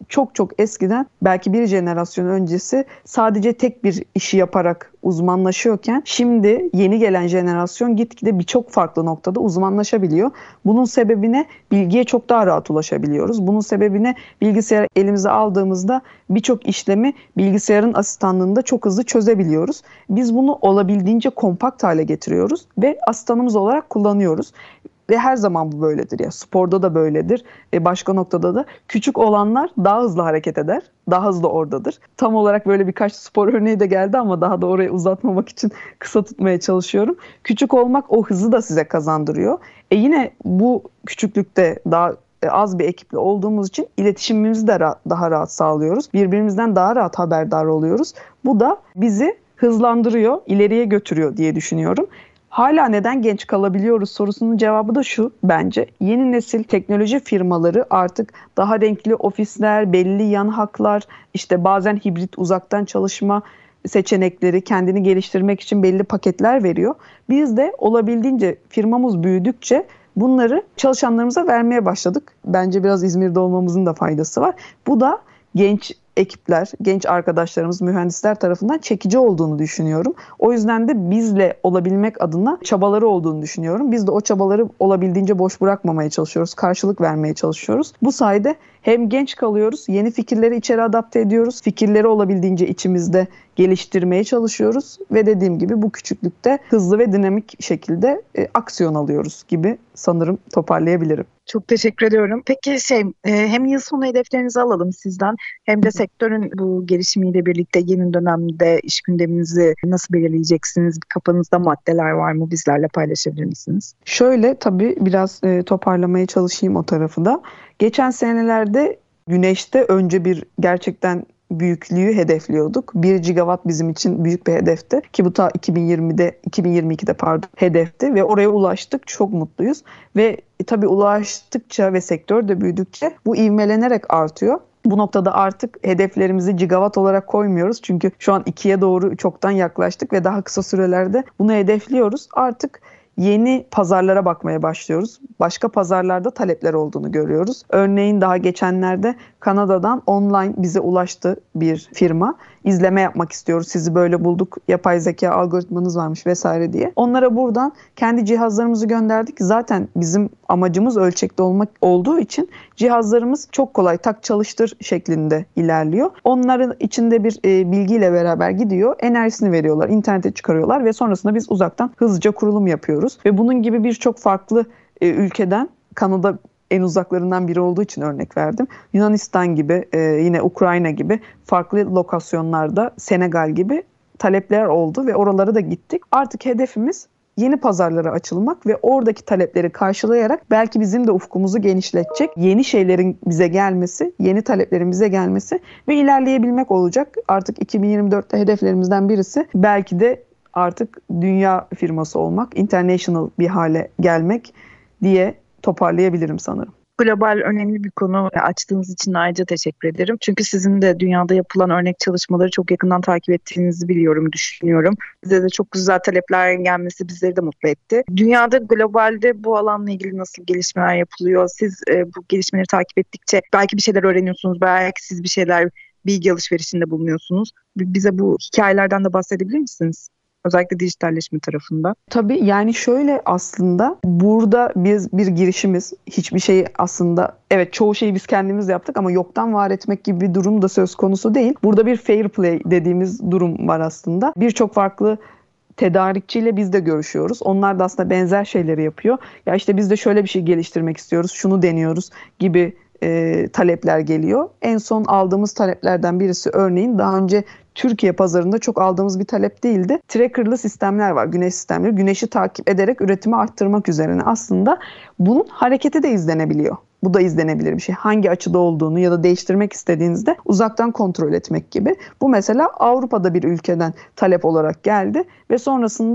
çok çok eskiden belki bir jenerasyon öncesi sadece tek bir işi yaparak uzmanlaşıyorken şimdi yeni gelen jenerasyon gitgide birçok farklı noktada uzmanlaşabiliyor. Bunun sebebine bilgiye çok daha rahat ulaşabiliyoruz. Bunun sebebine bilgisayarı elimize aldığımızda birçok işlemi bilgisayarın asistanlığında çok hızlı çözebiliyoruz. Biz bunu olabildiğince kompakt hale getiriyoruz ve asistanımız olarak kullanıyoruz. Ve her zaman bu böyledir ya. Sporda da böyledir. E başka noktada da küçük olanlar daha hızlı hareket eder. Daha hızlı oradadır. Tam olarak böyle birkaç spor örneği de geldi ama daha da orayı uzatmamak için kısa tutmaya çalışıyorum. Küçük olmak o hızı da size kazandırıyor. E yine bu küçüklükte daha az bir ekiple olduğumuz için iletişimimizi de rahat, daha rahat sağlıyoruz. Birbirimizden daha rahat haberdar oluyoruz. Bu da bizi hızlandırıyor, ileriye götürüyor diye düşünüyorum. Hala neden genç kalabiliyoruz sorusunun cevabı da şu bence. Yeni nesil teknoloji firmaları artık daha renkli ofisler, belli yan haklar, işte bazen hibrit uzaktan çalışma seçenekleri, kendini geliştirmek için belli paketler veriyor. Biz de olabildiğince firmamız büyüdükçe bunları çalışanlarımıza vermeye başladık. Bence biraz İzmir'de olmamızın da faydası var. Bu da genç ekipler, genç arkadaşlarımız, mühendisler tarafından çekici olduğunu düşünüyorum. O yüzden de bizle olabilmek adına çabaları olduğunu düşünüyorum. Biz de o çabaları olabildiğince boş bırakmamaya çalışıyoruz, karşılık vermeye çalışıyoruz. Bu sayede hem genç kalıyoruz, yeni fikirleri içeri adapte ediyoruz, fikirleri olabildiğince içimizde geliştirmeye çalışıyoruz ve dediğim gibi bu küçüklükte hızlı ve dinamik şekilde e, aksiyon alıyoruz gibi sanırım toparlayabilirim. Çok teşekkür ediyorum. Peki şey hem yıl sonu hedeflerinizi alalım sizden hem de sektörün bu gelişimiyle birlikte yeni dönemde iş gündeminizi nasıl belirleyeceksiniz? Kafanızda maddeler var mı? Bizlerle paylaşabilir misiniz? Şöyle tabii biraz e, toparlamaya çalışayım o tarafı da. Geçen senelerde güneşte önce bir gerçekten büyüklüğü hedefliyorduk. bir gigawatt bizim için büyük bir hedefti. Ki bu ta iki bin yirmide, iki bin yirmi ikide pardon hedefti ve oraya ulaştık. Çok mutluyuz. Ve e, tabii ulaştıkça ve sektör de büyüdükçe bu ivmelenerek artıyor. Bu noktada artık hedeflerimizi gigawatt olarak koymuyoruz. Çünkü şu an ikiye doğru çoktan yaklaştık ve daha kısa sürelerde bunu hedefliyoruz. Artık yeni pazarlara bakmaya başlıyoruz. Başka pazarlarda talepler olduğunu görüyoruz. Örneğin daha geçenlerde Kanada'dan online bize ulaştı bir firma. İzleme yapmak istiyoruz. Sizi böyle bulduk. Yapay zeka algoritmanız varmış vesaire diye. Onlara buradan kendi cihazlarımızı gönderdik. Zaten bizim amacımız ölçekli olmak olduğu için cihazlarımız çok kolay tak çalıştır şeklinde ilerliyor. Onların içinde bir e, bilgiyle beraber gidiyor. Enerjisini veriyorlar. İnternete çıkarıyorlar ve sonrasında biz uzaktan hızlıca kurulum yapıyoruz. Ve bunun gibi birçok farklı e, ülkeden Kanada en uzaklarından biri olduğu için örnek verdim. Yunanistan gibi, e, yine Ukrayna gibi farklı lokasyonlarda, Senegal gibi talepler oldu ve oralara da gittik. Artık hedefimiz yeni pazarlara açılmak ve oradaki talepleri karşılayarak belki bizim de ufkumuzu genişletecek yeni şeylerin bize gelmesi, yeni taleplerin bize gelmesi ve ilerleyebilmek olacak. Artık iki bin yirmi dörtte hedeflerimizden birisi belki de artık dünya firması olmak, international bir hale gelmek diye toparlayabilirim sanırım. Global önemli bir konu. Açtığınız için ayrıca teşekkür ederim. Çünkü sizin de dünyada yapılan örnek çalışmaları çok yakından takip ettiğinizi biliyorum, düşünüyorum. Size de çok güzel talepler gelmesi bizleri de mutlu etti. Dünyada globalde bu alanla ilgili nasıl gelişmeler yapılıyor? Siz e, bu gelişmeleri takip ettikçe belki bir şeyler öğreniyorsunuz, belki siz bir şeyler bilgi alışverişinde bulunuyorsunuz. Bize bu hikayelerden de bahsedebilir misiniz? Özellikle dijitalleşme tarafında. Tabii yani şöyle aslında burada biz bir girişimiz hiçbir şeyi aslında evet çoğu şeyi biz kendimiz yaptık ama yoktan var etmek gibi bir durum da söz konusu değil. Burada bir fair play dediğimiz durum var aslında. Birçok farklı tedarikçiyle biz de görüşüyoruz. Onlar da aslında benzer şeyleri yapıyor. Ya işte biz de şöyle bir şey geliştirmek istiyoruz, şunu deniyoruz gibi e, talepler geliyor. En son aldığımız taleplerden birisi örneğin daha önce Türkiye pazarında çok aldığımız bir talep değildi. Tracker'lı sistemler var, güneş sistemleri. Güneşi takip ederek üretimi arttırmak üzerine aslında bunun hareketi de izlenebiliyor. Bu da izlenebilir bir şey. Hangi açıda olduğunu ya da değiştirmek istediğinizde uzaktan kontrol etmek gibi. Bu mesela Avrupa'da bir ülkeden talep olarak geldi ve sonrasında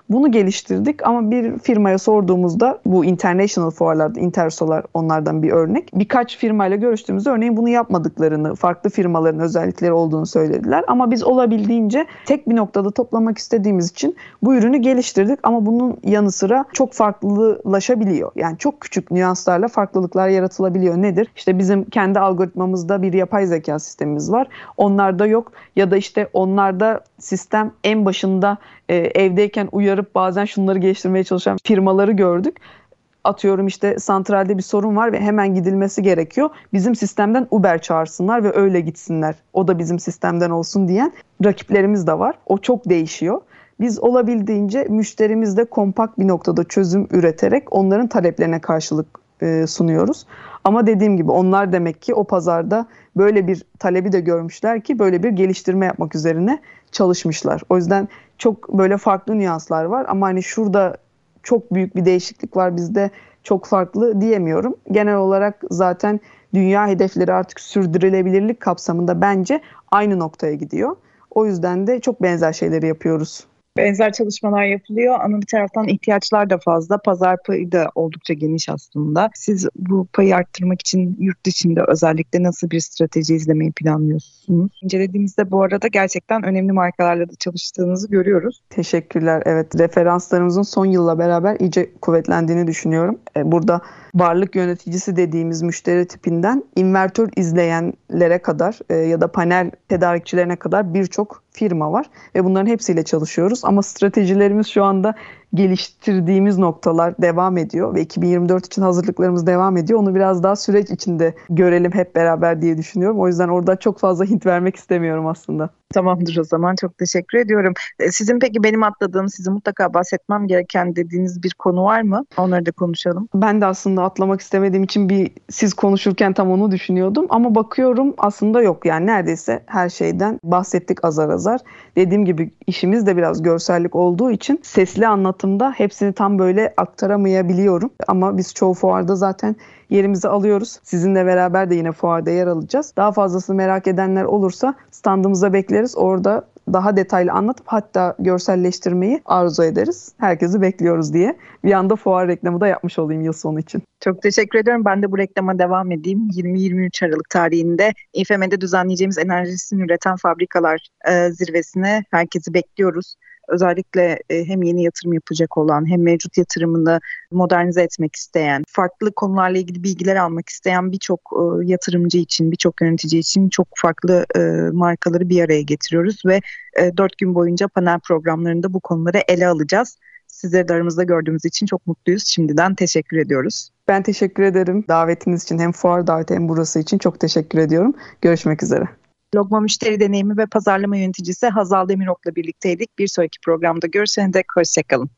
Bunu geliştirdik ama bir firmaya sorduğumuzda bu international fuarlarda, Intersolar onlardan bir örnek. Birkaç firmayla görüştüğümüzde örneğin bunu yapmadıklarını, farklı firmaların özellikleri olduğunu söylediler. Ama biz olabildiğince tek bir noktada toplamak istediğimiz için bu ürünü geliştirdik ama bunun yanı sıra çok farklılaşabiliyor. Yani çok küçük nüanslarla farklılıklar yaratılabiliyor. Nedir? İşte bizim kendi algoritmamızda bir yapay zeka sistemimiz var. Onlarda yok ya da işte onlarda sistem en başında e, evdeyken uyarıp bazen şunları geliştirmeye çalışan firmaları gördük. Atıyorum işte santralde bir sorun var ve hemen gidilmesi gerekiyor. Bizim sistemden Uber çağırsınlar ve öyle gitsinler. O da bizim sistemden olsun diyen rakiplerimiz de var. O çok değişiyor. Biz olabildiğince müşterimizle kompakt bir noktada çözüm üreterek onların taleplerine karşılık e, sunuyoruz. Ama dediğim gibi onlar demek ki o pazarda böyle bir talebi de görmüşler ki böyle bir geliştirme yapmak üzerine çalışmışlar. O yüzden çok böyle farklı nüanslar var ama hani şurada çok büyük bir değişiklik var bizde çok farklı diyemiyorum. Genel olarak zaten dünya hedefleri artık sürdürülebilirlik kapsamında bence aynı noktaya gidiyor. O yüzden de çok benzer şeyleri yapıyoruz. Benzer çalışmalar yapılıyor ama bir taraftan ihtiyaçlar da fazla. Pazar payı da oldukça geniş aslında. Siz bu payı arttırmak için yurt dışında özellikle nasıl bir strateji izlemeyi planlıyorsunuz? İncelediğimizde bu arada gerçekten önemli markalarla da çalıştığınızı görüyoruz. Teşekkürler. Evet, referanslarımızın son yılla beraber iyice kuvvetlendiğini düşünüyorum. Burada varlık yöneticisi dediğimiz müşteri tipinden invertör izleyenlere kadar ya da panel tedarikçilerine kadar birçok firma var ve bunların hepsiyle çalışıyoruz. Ama stratejilerimiz şu anda geliştirdiğimiz noktalar devam ediyor ve iki bin yirmi dört için hazırlıklarımız devam ediyor. Onu biraz daha süreç içinde görelim hep beraber diye düşünüyorum. O yüzden orada çok fazla hint vermek istemiyorum aslında. Tamamdır o zaman. Çok teşekkür ediyorum. Sizin peki benim atladığım, sizi mutlaka bahsetmem gereken dediğiniz bir konu var mı? Onları da konuşalım. Ben de aslında atlamak istemediğim için bir siz konuşurken tam onu düşünüyordum. Ama bakıyorum aslında yok. Yani neredeyse her şeyden bahsettik azar azar. Dediğim gibi işimiz de biraz görsellik olduğu için sesli anlatımda hepsini tam böyle aktaramayabiliyorum. Ama biz çoğu fuarda zaten yerimizi alıyoruz. Sizinle beraber de yine fuarda yer alacağız. Daha fazlasını merak edenler olursa standımıza bekleriz. Orada daha detaylı anlatıp hatta görselleştirmeyi arzu ederiz. Herkesi bekliyoruz diye. Bir anda fuar reklamı da yapmış olayım yıl sonu için. Çok teşekkür ediyorum. Ben de bu reklama devam edeyim. yirmi yirmi üç Aralık tarihinde İ F M'de düzenleyeceğimiz enerjisini üreten fabrikalar e, zirvesine herkesi bekliyoruz. Özellikle hem yeni yatırım yapacak olan hem mevcut yatırımını modernize etmek isteyen, farklı konularla ilgili bilgiler almak isteyen birçok yatırımcı için, birçok yönetici için çok farklı markaları bir araya getiriyoruz ve dört gün boyunca panel programlarında bu konuları ele alacağız. Sizleri de aramızda gördüğümüz için çok mutluyuz. Şimdiden teşekkür ediyoruz. Ben teşekkür ederim. Davetiniz için hem fuar daveti hem burası için çok teşekkür ediyorum. Görüşmek üzere. Logma Müşteri Deneyimi ve Pazarlama Yöneticisi Hazal Demirok'la birlikteydik. Bir sonraki programda görüşene dek hoşçakalın.